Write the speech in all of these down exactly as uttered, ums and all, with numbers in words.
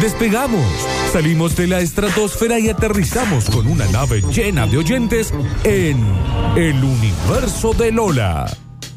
Despegamos, salimos de la estratosfera y aterrizamos con una nave llena de oyentes en el universo de Lola.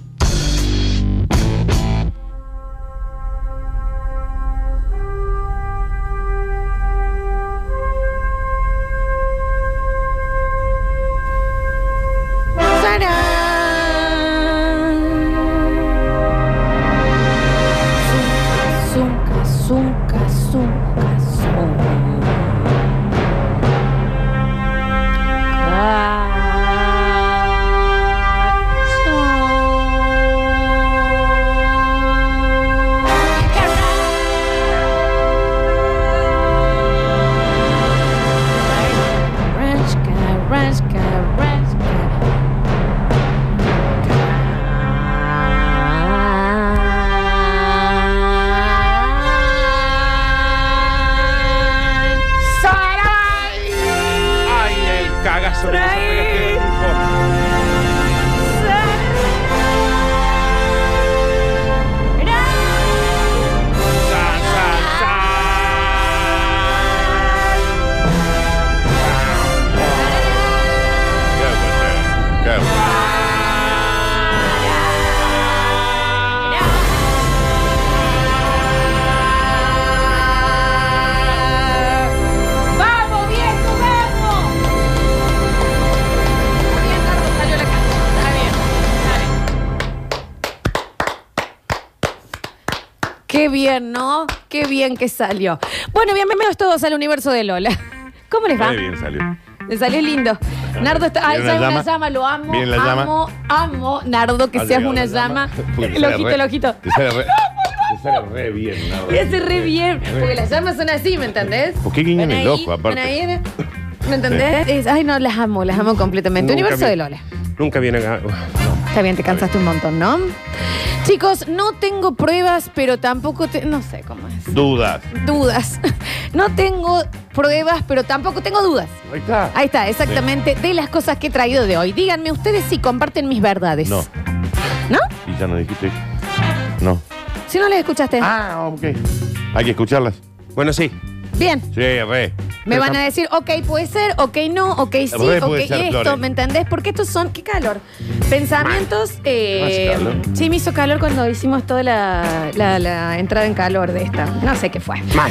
Qué bien, ¿no? Qué bien que salió. Bueno, bienvenidos todos al universo de Lola. ¿Cómo les va? Muy bien salió. Le salió lindo. Nardo está. Ay, ¿sabes una llama? Lo amo. Viene la amo, llama. amo, Nardo, que Ha seas llegado una la llama. llama. El ojito, el ojito. Te sale re, te sale re bien, Nardo. Y hace re bien. Porque las llamas son así, ¿me entendés? ¿Por qué guiñan Ven el ahí, ojo, aparte? ven ahí, ¿me entendés? Es- ay, no, las amo, las amo completamente. Nunca Universo vi- de Lola. Nunca viene acá. Está bien, te cansaste un montón, ¿no? Chicos, no tengo pruebas, pero tampoco te... No sé cómo es. Dudas. Dudas. No tengo pruebas, pero tampoco tengo dudas. Ahí está. Ahí está, exactamente, de las cosas que he traído de hoy. Díganme ustedes si comparten mis verdades. No. ¿No? Y ya no dijiste. No. Si no les escuchaste. Ah, ok. Hay que escucharlas. Bueno, sí. Bien. Sí, re. Me Pero van a tam- decir, ok, puede ser, ok, no, ok, sí, Re puede ok, ser, esto, Flores. ¿me entendés? Porque estos son, qué calor. Pensamientos, eh, ¿Hace calor? sí, me hizo calor cuando hicimos toda la, la- la entrada en calor de esta. No sé qué fue. Mal.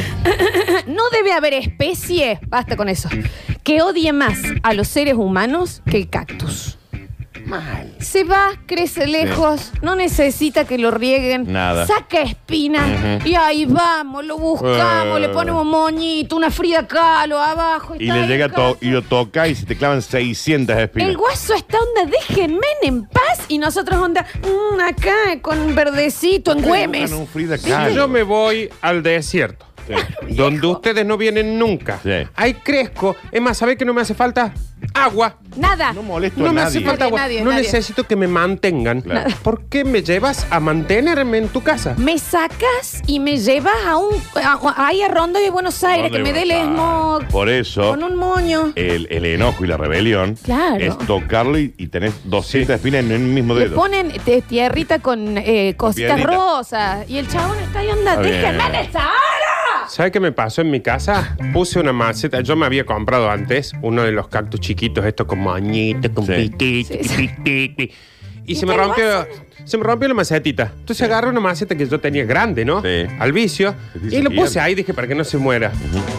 No debe haber especie, basta con eso, que odie más a los seres humanos que el cactus. Mal. Se va, crece lejos, no necesita que lo rieguen. Nada. Saca espina Ujú. y ahí vamos, lo buscamos, Eh. le ponemos moñito, una Frida Kahlo abajo. Y está le ahí llega en to casa. y lo toca y se te clavan seiscientas espinas. El guaso está onda, déjenme en paz. Y nosotros onda, mm, acá con verdecito en Güemes. Un Frida Si Kahlo. yo me voy al desierto, Sí. donde ustedes no vienen nunca, Sí. ahí crezco. Es más, ¿sabés que no me hace falta? Agua. Nada. No molesto No a me nadie. hace falta Nadie, agua. nadie, no nadie. necesito que me mantengan. Claro. ¿Por qué me llevas a mantenerme en tu casa? Me sacas y me llevas a un a- ahí a Rondo de Buenos Aires, que me dé el smog. Por eso, Con un moño. el, el enojo y la rebelión Claro. es tocarlo y, y tenés doscientas espinas en el mismo Le dedo. ponen te- tierrita con eh, cositas piedrita. rosas. Y el chabón está ahí, onda, Está bien. déjenme en el Sahara. ¿Sabe qué me pasó en mi casa? Puse una maceta. Yo me había comprado antes uno de los cactus chiquitos, estos con moñito, con Sí. pitito, Sí, sí. pitito. Y ¿Y se me qué le rompió, pasa? se me rompió la macetita. Entonces agarré una maceta que yo tenía grande, ¿no? Sí. Al vicio. Se te hizo Y lo puse gigante. ahí, dije, para que no se muera.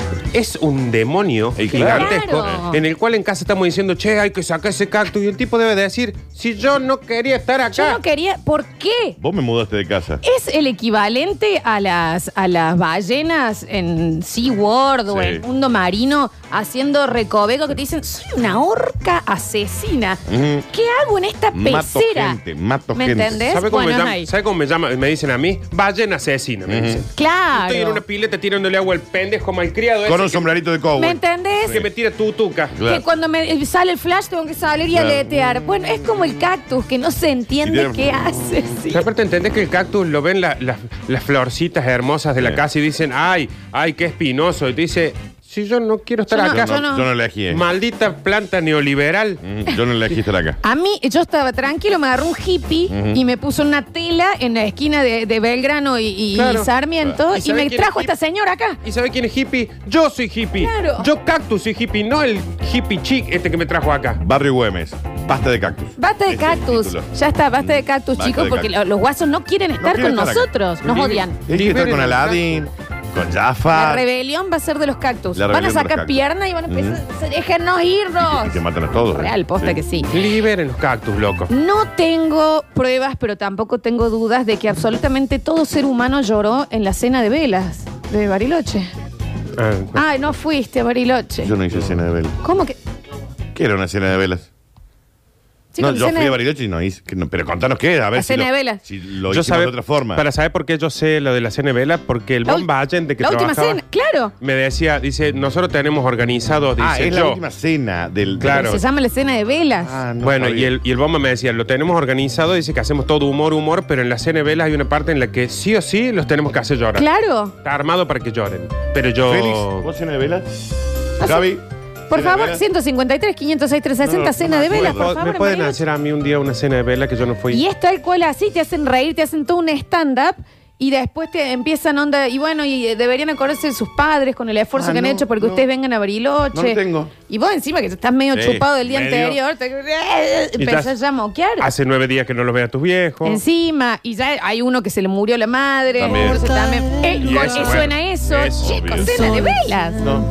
Es un demonio Ey, claro. gigantesco Claro. en el cual en casa estamos diciendo, che, hay que sacar ese cactus. Y el tipo debe decir, si yo no quería estar acá. Yo no quería. ¿Por qué? Vos me mudaste de casa. Es el equivalente a las, a las ballenas en SeaWorld o Sí. en el mundo marino haciendo recoveco que te dicen, soy una orca asesina. Ujú. ¿Qué hago en esta Mato pecera? gente, mato ¿Me gente. entendés? ¿Sabe cómo, Bueno, me llama, ahí. ¿Sabe cómo me llama? Me dicen a mí, ballena asesina, me Ujú. dicen. Claro. Estoy en una pileta tirándole agua al pendejo malcriado ese Con un que- sombrerito de cowboy. ¿Me entendés? que me tira tutuca. Claro. Que cuando me sale el flash tengo que salir y Claro. aletear. Bueno, es como el cactus, que no se entiende Y tiene- qué hace. sí. Pero aparte, ¿entendés que el cactus lo ven la- la- las florcitas hermosas de la Sí. casa y dicen, ay, ay, qué espinoso? Y te dice, Si yo no quiero estar Yo no- acá. Yo no, no. yo no elegí. eh. Maldita planta neoliberal. Mm, Yo no elegí estar acá. A mí, yo estaba tranquilo, me agarró un hippie y me puso una tela en la esquina de, de Belgrano y, y- Claro. y Sarmiento ¿Y y, sabe me quién trajo es esta señora acá. ¿Y sabe quién es hippie? Yo soy hippie. Claro. Yo cactus soy hippie, no el hippie chic este que me trajo acá. Barrio Güemes. Pasta de cactus. Basta de Ese es el cactus. título. Ya está, basta de cactus, Basta chicos, de porque cactus. lo- los guasos no quieren estar quieren con estar acá. nosotros. Nos Liber- odian. Tienes que estar con Liberen los Aladdin, con La Jafar. rebelión va a ser de los cactus. La Van a rebelión de los sacar cactus. pierna y van a empezar a déjennos Y irnos. te matan a todos. ¿eh? Real, posta Sí. que sí. Liberen los cactus, loco. No tengo pruebas, pero tampoco tengo dudas de que absolutamente todo ser humano lloró en la cena de velas de Bariloche. Ah, Ay, no fuiste a Bariloche. Yo no hice cena de velas. ¿Cómo que? ¿Qué era una cena de velas? Chicos, no, yo cena fui de- a Bariloche y no hice. que no, pero contanos qué, a ver La si cena lo, de velas. si lo yo hicimos sabe- de otra forma. Para saber por qué yo sé lo de la cena de vela, porque el La Bon ul- Bayen de que la última trabajaba, cena, claro. me decía, dice, nosotros tenemos organizado, dice ah, es yo. la última cena del. Claro. Se llama la cena de velas. Ah, no Bueno, sabía. y el, y el Bomba me decía, lo tenemos organizado, dice que hacemos todo humor, humor, pero en la cena de velas hay una parte en la que sí o sí los tenemos que hacer llorar. Claro. Está armado para que lloren. Pero yo... Félix, ¿vos cena de velas? Ah, sí. Gaby. Por ¿cena de favor, velas? ciento cincuenta y tres, quinientos seis, trescientos sesenta, No, no cena me de velas, acuerdo. por favor. ¿Me pueden Mariela. hacer a mí un día una cena de vela que yo no fui? Y es tal cual así, te hacen reír, te hacen todo un stand-up y después te empiezan onda, y bueno, y eh, deberían acordarse de sus padres con el esfuerzo Ah, que han no, hecho porque no. ustedes vengan a Bariloche. No lo tengo. Y vos encima que estás medio Sí, chupado del día medio. anterior, te Y empezás ya- ya a moquear. Hace nueve días que no los ve a tus viejos. Encima, y ya hay uno que se le murió la madre. También. entonces también- Eh, Y con- eso, y bueno, suena eso. eso, Chicos, obvio. cena de velas. No.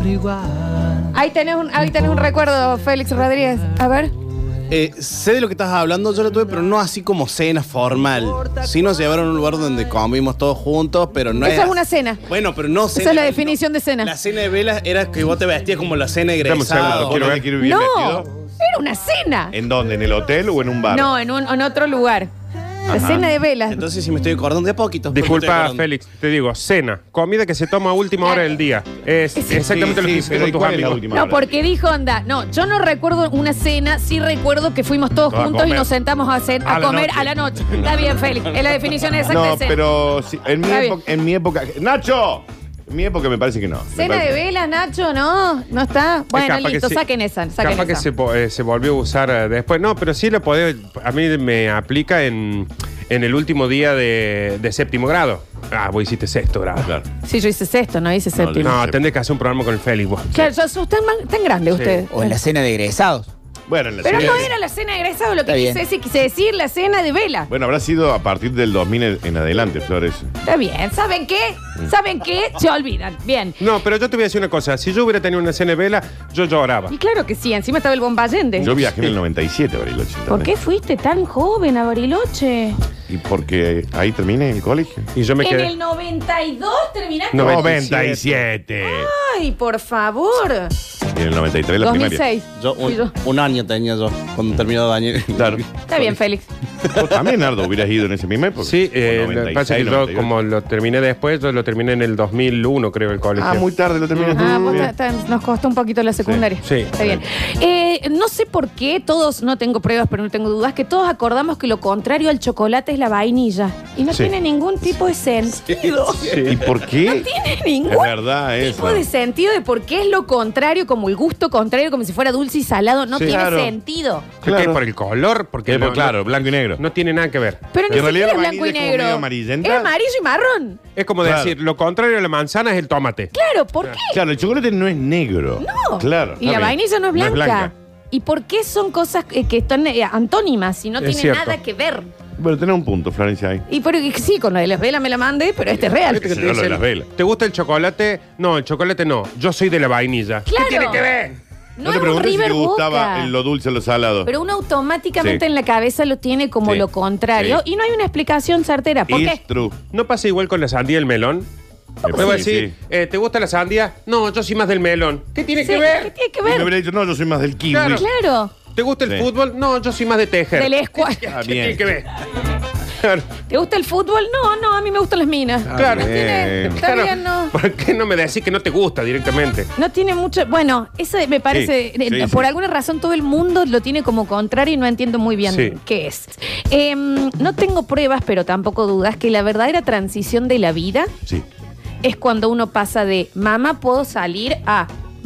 Ahí tenés un, ahí tenés un recuerdo, Félix Rodríguez. A ver. Eh, sé de lo que estás hablando, yo lo tuve, pero no así como cena formal. Sí nos llevaron a un lugar donde comimos todos juntos, pero no Esa es es una cena. Bueno, pero no cena. Esa es la no. definición de cena. La cena de velas era que vos te vestías como la cena Dame un segundo, egresado. quiero ¿Vos ver. no quiero ir bien No, vestido? era una cena. ¿En dónde? ¿En el hotel o en un bar? No, en, un, en otro lugar. La Ajá. cena de velas. Entonces sí me estoy acordando de poquito. porque me estoy Disculpa, acordando. Félix, te digo, cena, comida que se toma a última hora del día. Es Sí, exactamente lo sí, que hiciste pero con ¿y tus cuál es la amigos. última? No, porque dijo onda. No, yo no recuerdo una cena, sí recuerdo que fuimos todos A juntos y comer. nos sentamos a, cen- a A la comer noche. a la noche. Está bien, Félix. Es la definición exacta No, de cena. pero sí, en, mi Está bien. época, en mi época. ¡Nacho! En mi época me parece que no. Me Cena de parece- velas, Nacho, ¿no? ¿No está? Bueno, capaz que listo, sí. saquen esa. Saquen Capaz que esa. se, po- eh, se volvió a usar eh, después. No, pero sí lo podés. A mí me aplica en, en el último día de, de séptimo grado. Ah, vos hiciste sexto grado. Claro. Sí, yo hice sexto, no hice séptimo. No, tendrés que hacer un programa con el Félix vos. Claro, yo soy tan, man- tan grande Sí. usted. O en la cena de egresados. Bueno, en la Pero cena- no era la cena de egresado, lo que Está quise bien. decir, quise decir la cena de vela. Bueno, habrá sido a partir del dos mil en en adelante, Flores. Está bien, ¿saben qué? ¿Saben qué? Se olvidan. Bien. No, pero yo te voy a decir una cosa. Si yo hubiera tenido una cena de vela, yo lloraba. Y claro que sí, encima estaba el Bombayende. Yo viajé en el noventa y siete a Bariloche. ¿Por qué ¿entendés? fuiste tan joven a Bariloche? Y porque ahí terminé el colegio. Y yo me En quedé. el noventa y dos terminaste. No, noventa y siete. Ay, por favor. Y en el noventa y tres la dos mil primaria. seis. Yo un, Fui yo. un año tenía yo cuando terminó Daniel. Claro. Está bien, Félix. Vos también, Nardo, hubieras ido en ese misma época. Sí, eh, O lo que pasa es que yo, noventa y seis, como lo terminé después, yo lo terminé en el dos mil uno, creo, el colegio. Ah, muy tarde lo terminaste. Ah, vos Bien. ta- ta- nos costó un poquito la secundaria. Sí, sí. Está bien. Eh, no sé por qué todos, no tengo pruebas, pero no tengo dudas, que todos acordamos que lo contrario al chocolate es la vainilla. Y no Sí. tiene ningún tipo de sentido. ¿Y por qué? No tiene ningún Es verdad tipo eso. de sentido de por qué es lo contrario, como el gusto contrario, como si fuera dulce y salado. No Sí. tiene Claro. sentido. ¿Por qué? Claro. ¿Por el color? Porque Eh, no, pues, claro, no- blanco y negro. no tiene nada que ver. Pero Y ni en realidad siquiera la es blanco y vainilla es como negro. medio amarillenta. Es amarillo y marrón. Es como Claro. decir, lo contrario de la manzana es el tomate. Claro, ¿por qué? Claro, el chocolate no es negro. No. Claro. Y está la bien. vainilla no es blanca. ¿Y por qué son cosas eh, que están eh, antónimas y no Es tienen cierto. nada que ver? Bueno, tenés un punto, Florencia, ahí. Y pero sí, con lo de las velas me la mandé, pero este es real. Viste que Sí, te yo lo de dicen, las velas. ¿te gusta el chocolate? No, el chocolate no. Yo soy de la vainilla. Claro. ¿Qué tiene que ver? No, No, es te un pregunté si te River gustaba Boca. el- lo dulce o lo salado. Pero uno automáticamente Sí. en la cabeza lo tiene como Sí. lo contrario Sí. y no hay una explicación certera. ¿Por It's qué? true. ¿No pasa igual con la sandía y el melón? Me Me voy a parece que decir, eh, ¿te gusta la sandía? No, yo soy más del melón. ¿Qué tiene Sí, que ¿Qué ver? tiene que Y me ver? hubiera dicho, no, yo soy más del kiwi. Claro. Claro. ¿Te gusta el Sí. fútbol? No, yo soy más de tejer. Del escua- ¿Qué, Ah, qué bien. tiene que ver? Claro. ¿Te gusta el fútbol? No, no, a mí me gustan las minas. Claro. No tiene, bien. está Claro. bien, no. ¿Por qué no me decís que no te gusta directamente? No tiene mucho. Bueno, eso me parece. Sí, eh, sí, por sí. alguna razón todo el mundo lo tiene como contrario y no entiendo muy bien Sí. qué es. Eh, no tengo pruebas, pero tampoco dudas que la verdadera transición de la vida Sí. es cuando uno pasa de mamá, puedo salir a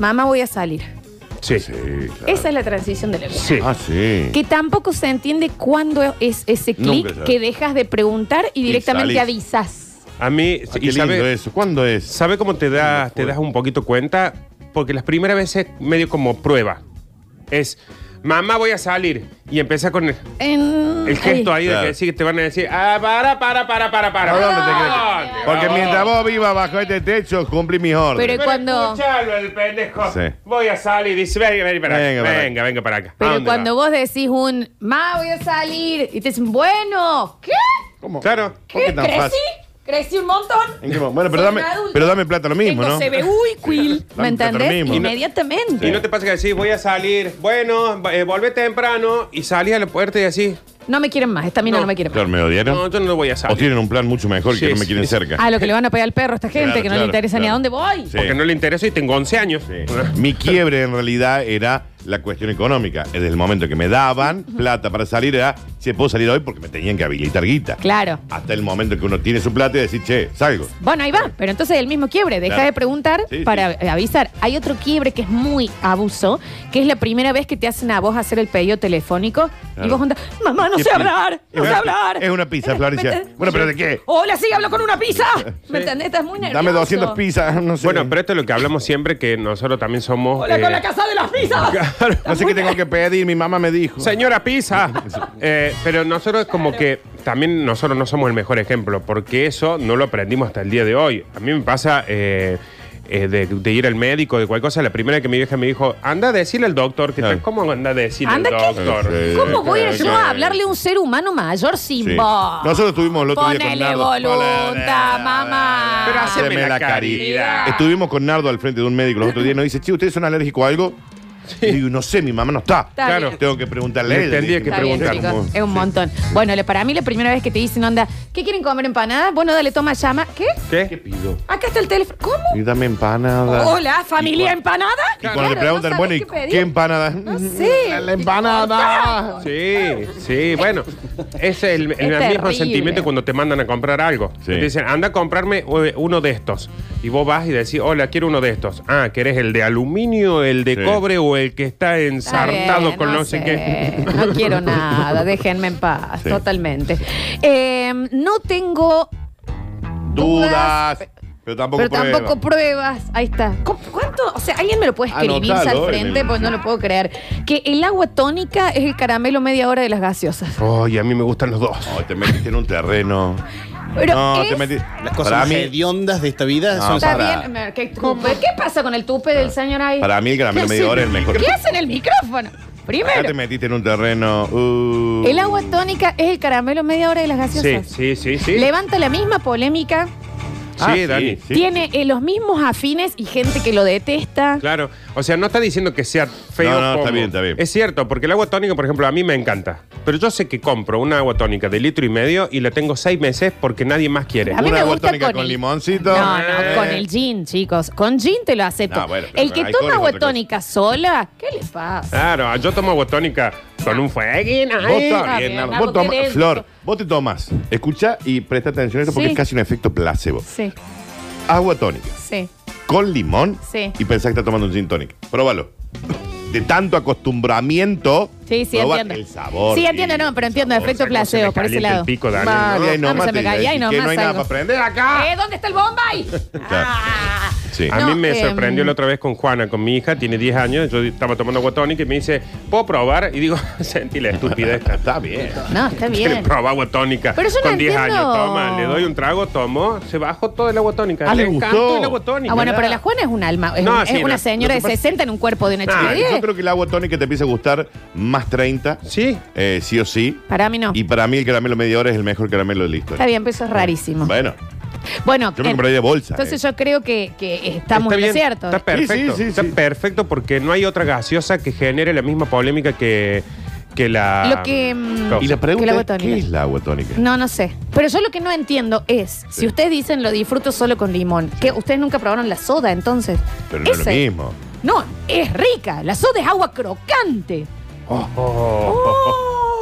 mamá voy a salir. Sí. Sí, claro. Esa es la transición del lenguaje. Sí. Ah, sí. Que tampoco se entiende cuándo es ese Nunca clic sabes. que dejas de preguntar y directamente salís. avisas. A mí, Ah, qué y lindo sabe, eso. ¿Cuándo es? ¿sabe cómo te das, ¿Cuándo te fue? das un poquito cuenta? Porque las primeras veces medio como prueba. Es, mamá voy a salir. Y empieza con el, En- el gesto ahí de Claro. que decir que te van a decir, ah, para, para, para, para, para. ¿A dónde te crees? ¿Dónde? Porque ¿Dónde? mientras vos vivas bajo este techo, cumplí mis órdenes. Pero cuando- Escuchalo, el pendejo. Sí. Voy a salir. Dice, venga, venga para acá. Venga, para acá. Venga, venga para acá. ¿A Pero dónde cuando va? vos decís un, ma, voy a salir, y te dicen, bueno, ¿qué? ¿Cómo? Claro. ¿Por ¿Qué? qué tan ¿Crecí? fácil? ¿Crecí un montón? ¿En qué mo- Bueno, pero Soy dame, un adulto. pero dame plata lo mismo, Tengo ¿no? C B U y Quill, ¿me Dame plata lo entendés? mismo. Inmediatamente. Y no te pasa que decís, voy a salir. Bueno, eh, volvé temprano. Y salís a la puerta y así. No me quieren más, esta mina no, No. me quiere más. Claro, ¿me odiaron? No, yo no voy a ¿O salir. tienen un plan mucho mejor Sí, que no me sí, quieren sí. cerca? Ah, lo que le van a pegar al perro a esta gente, Claro, que no claro, le interesa ni a claro. dónde voy. Sí. Porque no le interesa y tengo once años. Sí. Mi quiebre en realidad era la cuestión económica. Desde el momento que me daban plata para salir era, che, puedo salir hoy porque me tenían que habilitar guita. Claro. Hasta el momento que uno tiene su plata y decir, che, salgo. Bueno, ahí va, pero entonces el mismo quiebre, deja Claro. de preguntar Sí, para sí. eh, avisar. Hay otro quiebre que es muy abuso, que es la primera vez que te hacen a vos hacer el pedido telefónico y Claro. vos juntas, mamá, no ¿Qué sé pi- hablar, no Es sé una- hablar. es una pizza, Florencia. Bueno, pero ¿de qué? Hola, sí, hablo con una pizza. ¿Me entendés? Estás muy nervioso. Dame doscientas pizzas, no sé. Bueno, pero esto es lo que hablamos siempre, que nosotros también somos... Hola, eh, con la casa de las pizzas. No sé qué tengo que pedir, mi mamá me dijo. Señora Pizza. Eh, pero nosotros como que también nosotros no somos el mejor ejemplo, porque eso no lo aprendimos hasta el día de hoy. A mí me pasa eh, eh, de, de ir al médico, de cualquier cosa. La primera vez que mi vieja me dijo, anda a decirle al doctor, que Claro. te- ¿cómo anda a decirle ¿Anda al qué? doctor? Sí. ¿Cómo voy a Sí. yo a hablarle a un ser humano mayor sin Sí. vos? Nosotros estuvimos el otro día con Ponele Nardo. voluntad, mamá. Pero haceme Haceme la, la caridad. Estuvimos con Nardo al frente de un médico los otros días y nos dice, che, ¿ustedes son alérgicos a algo? Y digo, no sé, mi mamá no está. Está Claro. bien. Tengo que preguntarle a Le él. tendría Dije, que Está bien, preguntar. chicos, es un montón. Bueno, le- para mí la primera vez que te dicen, onda, ¿qué quieren comer empanada? Bueno, dale, toma, llama. ¿Qué? ¿Qué ¿Qué? pido? Acá está el teléfono. ¿Cómo? Y dame empanada. Hola, familia empanada. Y cuando le preguntan, bueno, ¿y qué empanada? No sé. La empanada. Sí, sí, bueno. Es el, el Es mismo terrible. sentimiento cuando te mandan a comprar algo. Sí. Te dicen, anda a comprarme eh, uno de estos. Y vos vas y decís, hola, quiero uno de estos. Ah, ¿querés el de aluminio, el de Sí. cobre o el que está Está ensartado bien, con no sé qué? No quiero nada, déjenme en paz, Sí. totalmente. Eh, no tengo Dudas. Pero tampoco pero pruebas. tampoco pruebas. Ahí está. ¿Cu- ¿Cuánto? O sea, alguien me lo puede escribir Anotalo al en frente, el- pues no lo puedo creer. Que el agua tónica es el caramelo media hora de las gaseosas. Ay, a mí me gustan los dos. Oh, te metiste en un terreno. Pero no, es- te metiste. Las cosas para más mí, hediondas de esta vida No, son Está para- bien. me- ¿Qué, tupe? ¿Qué pasa con el tupe del señor ahí? para mí el caramelo ¿Qué media hace? hora es el mejor. ¿Qué hace en el micrófono? Ya te Primero, metiste en un terreno. uh. el agua tónica es el caramelo media hora de las Sí, gaseosas. sí, sí, sí. Levanta la misma polémica. Ah, Sí, Dani. sí. Tiene eh, los mismos afines y gente que lo detesta. Claro, o sea, no está diciendo que sea feo. No, no, está como- bien, está bien. Es cierto, porque el agua tónica, por ejemplo, a mí me encanta. Pero yo sé que compro una agua tónica de litro y medio y la tengo seis meses porque nadie más quiere. A mí Una me agua gusta tónica con, con el- limoncito. No, no, Eh. con el gin, chicos. Con gin te lo acepto. No, bueno, pero el que alcohol toma es agua otra cosa. tónica sola, ¿qué le pasa? Claro, yo tomo agua tónica con un fueguín Vos, ahí. to- Está bien, bien, Nardo. algo Vos toma- que le- Flor, vos te tomas. Escucha y presta atención a esto porque Sí. es casi un efecto placebo. Sí, Agua tónica sí. con limón Sí. y pensás que estás tomando un gin tonic. Próbalo. De tanto acostumbramiento. Sí, sí, proba entiendo. El sabor. Sí, entiendo, no, pero entiendo, sabor. efecto o sea, cómo se placebo me por ese calienta lado. el pico, Dani, Vale, ¿no? ahí No, nomás se me te- caía, ahí que nomás no hay nada algo. para aprender acá. Eh, ¿dónde está el Bombay? Ah. Sí. A No, mí me em, sorprendió la otra vez con Juana, con mi hija, tiene diez años, yo estaba tomando agua tónica y me dice, ¿puedo probar? Y digo, sentí la estupidez. Está bien. No, está ¿Quiere bien. probar agua tónica? Pero yo no con diez entiendo. años, toma, le doy un trago, tomo, se bajó todo el agua tónica. Ah, le ¿le encantó gustó? el agua tónica. Ah, bueno, pero la Juana es un alma. Es, No, un- es sí, una no. señora Lo de que pasa- sesenta en un cuerpo de una Nah, chica de Yo diez. creo que el agua tónica te empieza a gustar más treinta. Sí. eh, sí o sí. Para mí no. Y para mí el caramelo media hora es el mejor caramelo de la historia. Está bien, pero eso es rarísimo. Bueno, Bueno, yo me en- compré de bolsa. entonces eh. yo creo que, que estamos Está en lo bien, cierto. Está perfecto. Sí, sí, sí, está sí. perfecto porque no hay otra gaseosa que genere la misma polémica que, que la. Lo que, mm, causa. Y la ¿Qué pregunta el agua es, tónica? ¿qué es la agua tónica? No, no sé. Pero yo lo que no entiendo es, si Sí. ustedes dicen lo disfruto solo con limón, que ustedes nunca probaron la soda entonces. Pero no es lo Ese- mismo. No, es rica. La soda es agua crocante. Oh, oh, oh, oh.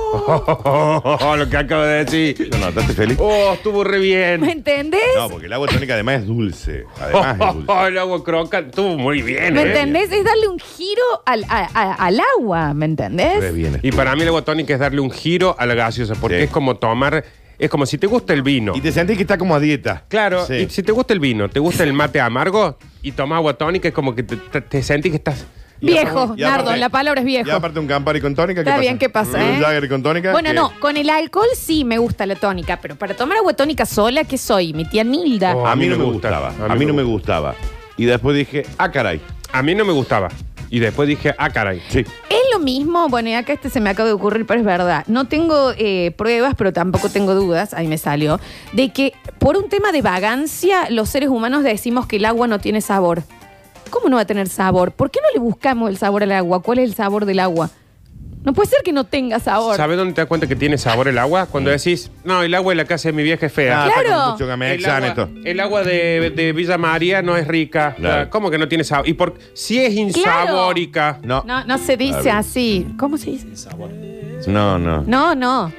Oh, lo que acabo de decir. ¿Lo notaste, Félix? Oh, estuvo re bien. ¿Me entendés? No, porque el agua tónica además es dulce. Además es dulce. Oh, el agua crocante estuvo muy bien. ¿Me eh. entendés? Es darle un giro al, a- a- al agua, ¿me entendés? Re bien. Y para mí el agua tónica es darle un giro a la gaseosa, porque Sí. es como tomar, es como si te gusta el vino. Y te sentís que está como a dieta. Claro, Sí. y si te gusta el vino, te gusta el mate amargo y tomas agua tónica, es como que te, te- te sentís que estás... Viejo, Y Nardo, aparte- la palabra es Y viejo. aparte un Campari con tónica, ¿qué Está pasa? bien, ¿qué pasa, Un eh? Jagger con tónica. Bueno, ¿qué? no, con el alcohol sí me gusta la tónica, pero para tomar agua tónica sola, ¿qué soy? Mi tía Nilda. Oh, A mí no me gustaba. A mí no me gustaba. Y después dije, ah, caray. A mí no me gustaba. Y después dije, ah, caray. Sí. Es lo mismo, bueno, y acá este se me acaba de ocurrir, pero es verdad. No tengo eh, pruebas, pero tampoco tengo dudas, ahí me salió, de que por un tema de vagancia, los seres humanos decimos que el agua no tiene sabor. ¿Cómo no va a tener sabor? ¿Por qué no le buscamos el sabor al agua? ¿Cuál es el sabor del agua? No puede ser que no tenga sabor. ¿Sabes dónde te das cuenta que tiene sabor el agua? Cuando decís, no, el agua de la casa de mi vieja es fea. Ah, está Claro. con mucho El gamexan agua, esto. el agua de, de Villa María no es rica. Claro. ¿Cómo que no tiene sabor? Y por si es insabórica. No. No, no se dice Claro. así. ¿Cómo se dice? No, no. No, no.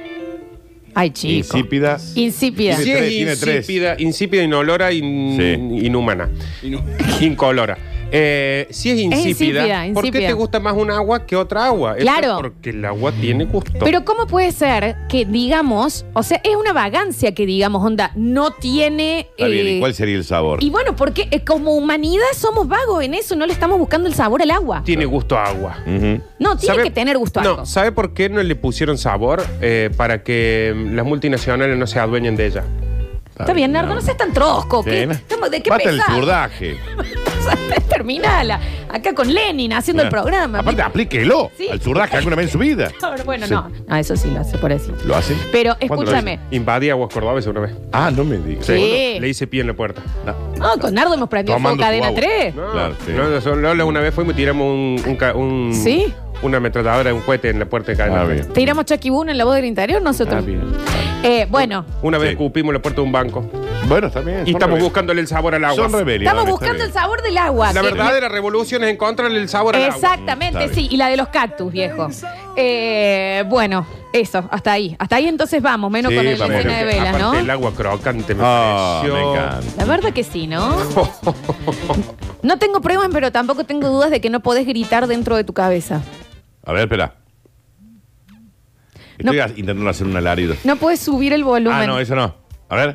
Ay, chico. Insípida. Insípida. Si Tiene es tres, tiene tres. insípida, insípida, inolora, in- Sí. inhumana. Incolora. Eh, si es insípida, insípida, ¿por qué insípida. te gusta más un agua que otra agua? Eso Claro. es porque el agua tiene gusto. Pero ¿cómo puede ser que digamos, o sea, es una vagancia que digamos, onda, no tiene... Está bien, eh, ¿y cuál sería el sabor? y bueno, porque eh, como humanidad somos vagos en eso, no le estamos buscando el sabor al agua. Tiene gusto a agua. Ujú. No, tiene ¿Sabe- que tener gusto a algo. No, ¿sabe por qué no le pusieron sabor? Eh, para que mm, las multinacionales no se adueñen de ella. Está bien, Nardo, no seas tan trosco. ¿qué? Sí, ¿no? Estamos- ¿De qué Basta el pesado? zurdaje. Terminala. Acá con Lenin haciendo el programa. Aparte, aplíquelo Sí. al zurdaje alguna vez en su vida. Ahora, bueno, Sí. no. No, eso sí lo hace por así. ¿Lo hacen? Pero ¿Cuándo lo escúchame. Invadí aguas cordobeses una vez. Ah, no me digas. Sí. Le hice pie en la puerta. No, con Nardo hemos prendido fuego Tomando su cadena agua. tres. No, Claro, sí. no, solo Lola, una vez fuimos y tiramos un, un, ca- un- ¿Sí? una ametralladora, un cohete en la puerta de cadena. Ah, tres. bien. Tiramos Chucky Boone en la voz del interior, nosotros. Ah, bien. Eh, bueno, Una vez Sí. escupimos la puerta de un banco. Bueno, está bien. Y son estamos rebel- buscándole el sabor al agua. Son rebeliones. estamos está buscando bien. el sabor del agua. La Sí. verdadera revolución es encontrarle el sabor al agua. Exactamente, Está sí. bien. Y la de los cactus, viejo. Eh, bueno, eso, hasta ahí. Hasta ahí entonces vamos, menos Sí, con el vamos. escena de velas, Aparte, el ¿no? agua crocante me Ah, pareció. me encanta. La verdad que sí, ¿no? No tengo pruebas, pero tampoco tengo dudas de que no podés gritar dentro de tu cabeza. A ver, espera. No. Estoy intentando hacer un alarido. No puedes subir el volumen. Ah, no, eso no. A ver.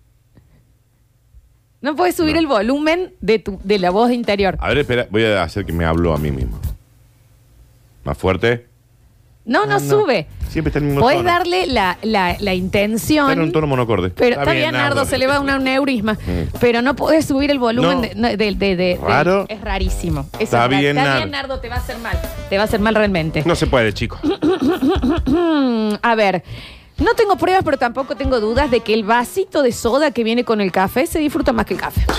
No puedes subir el volumen de, tu, de la voz interior. A ver, espera. Voy a hacer que me hablo a mí mismo. Más fuerte. No, no, Ah, no. sube. Siempre está en el mismo Podés tono. darle la, la, la intención. Está en un tono monocorde. Pero está, bien, Nardo, se le va un neurisma. Mm. Pero no podés subir el volumen No. de, no, de- de- de- de- Raro. Es rarísimo. Eso Está es ra- bien, Está Nardo. bien, Nardo, te va a hacer mal. Te va a hacer mal realmente. No se puede, chico. Mm, a ver, no tengo pruebas, pero tampoco tengo dudas de que el vasito de soda que viene con el café se disfruta más que el café.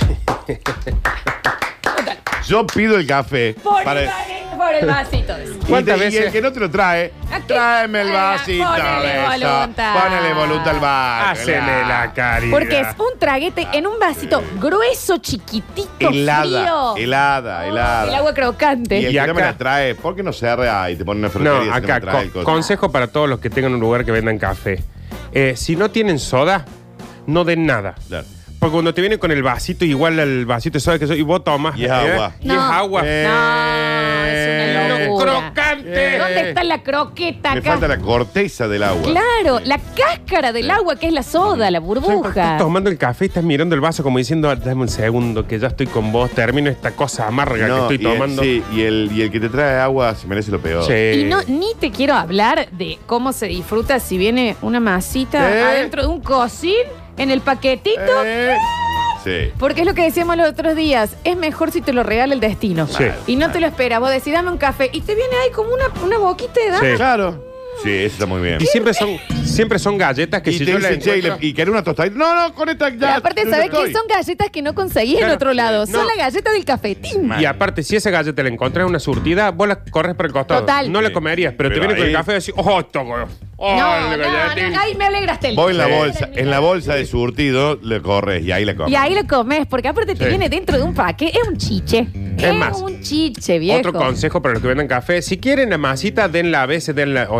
Total. Yo pido el café. Por, para- el, va- por el vasito de soda. Y, ¿Cuántas te- y veces? el que no te lo trae, ¿A qué? tráeme el Venga, vasito. ponele de eso. voluntad. Ponele voluntad al vaso. Hacele la caridad. Porque es un traguete en un vasito grueso, chiquitito, Helada, frío. helada, helada. El agua crocante. Y el Y que no me acá- la trae, ¿por qué no se arrea y te pone una No, frutería si no acá, me trae el co- coso? consejo para todos los que tengan un lugar que vendan café. Eh, si no tienen soda, no den nada. Claro. Porque cuando te viene con el vasito igual al vasito de soda que soy, y vos tomas. Y es agua. Y No. es agua. Eh, No, es una Lo locura. crocante. ¿Dónde está la croqueta Me acá? falta la corteza del agua. Claro, la cáscara del agua que es la soda, la Estás burbuja. tomando el café y estás mirando el vaso como diciendo, dame un segundo, que ya estoy con vos, termino esta cosa amarga No, que estoy y el- tomando. sí, y el, y el que te trae agua se merece lo peor. Sí. Y no, ni te quiero hablar de cómo se disfruta si viene una masita ¿Eh? adentro de un cocín, en el paquetito. Eh, Sí. Porque es lo que decíamos los otros días. Es mejor si te lo regala el destino. Sí. Y no te lo esperas. Vos decís, dame un café. Y te viene ahí como una, una boquita de dama. Sí. Claro. Sí, eso está muy bien. Y siempre son, siempre son galletas que Y si te yo las dice, che, y, encuentro- le- y querés una tostadita. No, no, con esta Y ya. aparte, no ¿sabes estoy. qué? Son galletas que no conseguís en Claro. otro lado. No. Son las galletas del cafetín. Y aparte, si esa galleta la encontrás en una surtida, vos la corres por el costado. Total. No la Sí. comerías, pero, te Pero viene con el ahí- café y decís, ¡oh, esto! ¡Oh, No, la no, galletín! no, ahí me alegraste el Vos en la día. bolsa, en la bolsa de surtido le corres y ahí le comes. Y ahí lo comes, porque aparte te Sí. viene dentro de un paquete. Es un chiche. Es, más, un chiche, viejo. Otro consejo para los que vendan café, si quieren la masita, denla a veces, denla o no.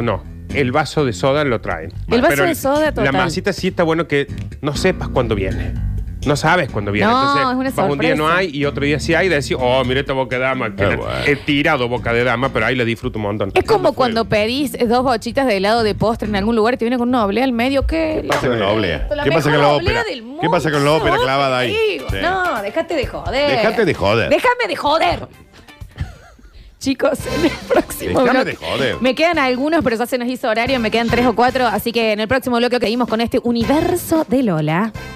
el vaso de soda lo traen. El vaso Pero de soda, total. La masita sí está bueno que no sepas cuándo viene. No sabes cuándo viene. No, Entonces, es una vas un día no sorpresa. hay y otro día sí hay. Y decís, oh, mira esta boca de dama. Que Ah, la- bueno. He tirado boca de dama, pero ahí la disfruto un montón. Es como ¿Cuándo fue? cuando pedís dos bochitas de helado de postre en algún lugar y te viene con una oblea al medio. ¿Qué? ¿Qué pasa con la oblea? La ¿Qué pasa mejor con la oblea ópera? del mundo, ¿Qué pasa con la ópera esa clavada ahí? digo. Sí. No, déjate de joder. Déjate de joder. Déjame de joder. Chicos, en el próximo Déjame bloque. de joder. Me quedan algunos, pero ya se nos hizo horario. Me quedan tres o cuatro. Así que en el próximo bloque seguimos con este universo de Lola.